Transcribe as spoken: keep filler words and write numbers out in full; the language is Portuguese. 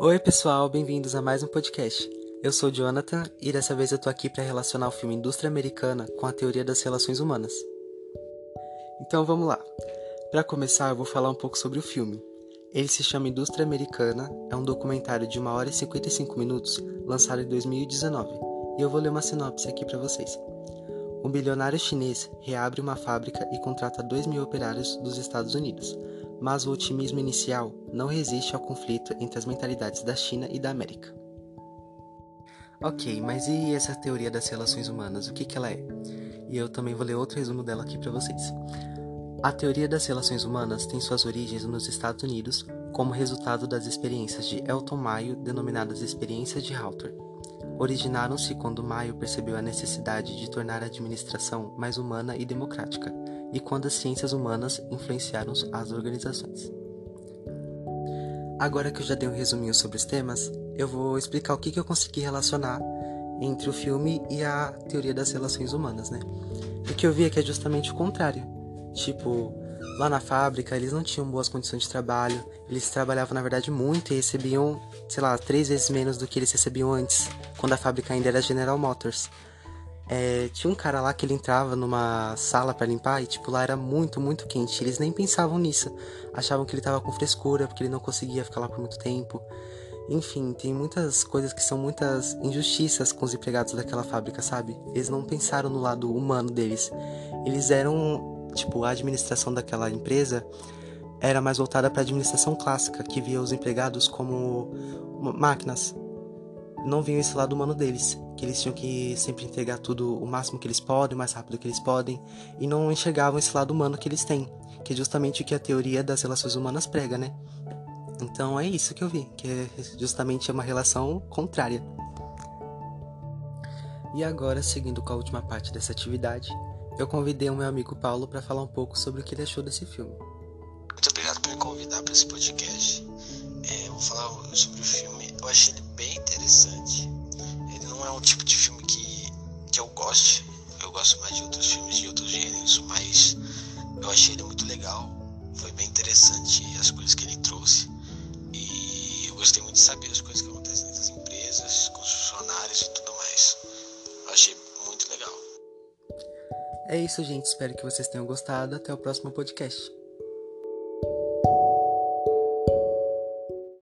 Oi pessoal, bem-vindos a mais um podcast. Eu sou o Jonathan e dessa vez eu tô aqui para relacionar o filme Indústria Americana com a teoria das relações humanas. Então vamos lá. Para começar, eu vou falar um pouco sobre o filme. Ele se chama Indústria Americana, é um documentário de uma hora e cinquenta e cinco minutos, lançado em dois mil e dezenove, e eu vou ler uma sinopse aqui para vocês. Um bilionário chinês reabre uma fábrica e contrata dois mil operários dos Estados Unidos, mas o otimismo inicial não resiste ao conflito entre as mentalidades da China e da América. Ok, mas e essa teoria das relações humanas, o que, que ela é? E eu também vou ler outro resumo dela aqui para vocês. A teoria das relações humanas tem suas origens nos Estados Unidos como resultado das experiências de Elton Mayo, denominadas experiências de Hawthorne. Originaram-se quando Mayo percebeu a necessidade de tornar a administração mais humana e democrática, e quando as ciências humanas influenciaram as organizações. Agora que eu já dei um resuminho sobre os temas, eu vou explicar o que eu consegui relacionar entre o filme e a teoria das relações humanas, né? O que eu vi é que é justamente o contrário. Tipo, lá na fábrica eles não tinham boas condições de trabalho, eles trabalhavam na verdade muito e recebiam, sei lá, três vezes menos do que eles recebiam antes, quando a fábrica ainda era General Motors. É, tinha um cara lá que ele entrava numa sala pra limpar e tipo lá era muito, muito quente. Eles nem pensavam nisso. Achavam que ele tava com frescura porque ele não conseguia ficar lá por muito tempo. Enfim, tem muitas coisas que são muitas injustiças com os empregados daquela fábrica, sabe? Eles não pensaram no lado humano deles. Eles eram, tipo, a administração daquela empresa era mais voltada pra administração clássica, que via os empregados como máquinas. Não viam esse lado humano deles, que eles tinham que sempre entregar tudo o máximo que eles podem, o mais rápido que eles podem, e não enxergavam esse lado humano que eles têm, que é justamente o que a teoria das relações humanas prega, né? Então é isso que eu vi, que é justamente uma relação contrária. E agora, seguindo com a última parte dessa atividade, eu convidei o meu amigo Paulo para falar um pouco sobre o que ele achou desse filme. Muito obrigado por me convidar para esse podcast. É, eu vou falar sobre o filme. Eu achei ele bem interessante. Ele não é um tipo de filme que, que eu goste. Eu gosto mais de outros filmes de outros gêneros, mas eu achei ele muito legal. Foi bem interessante as coisas que ele trouxe. E eu gostei muito de saber as coisas que acontecem nas empresas, com os funcionários e tudo mais. Eu achei muito legal. É isso, gente. Espero que vocês tenham gostado. Até o próximo podcast.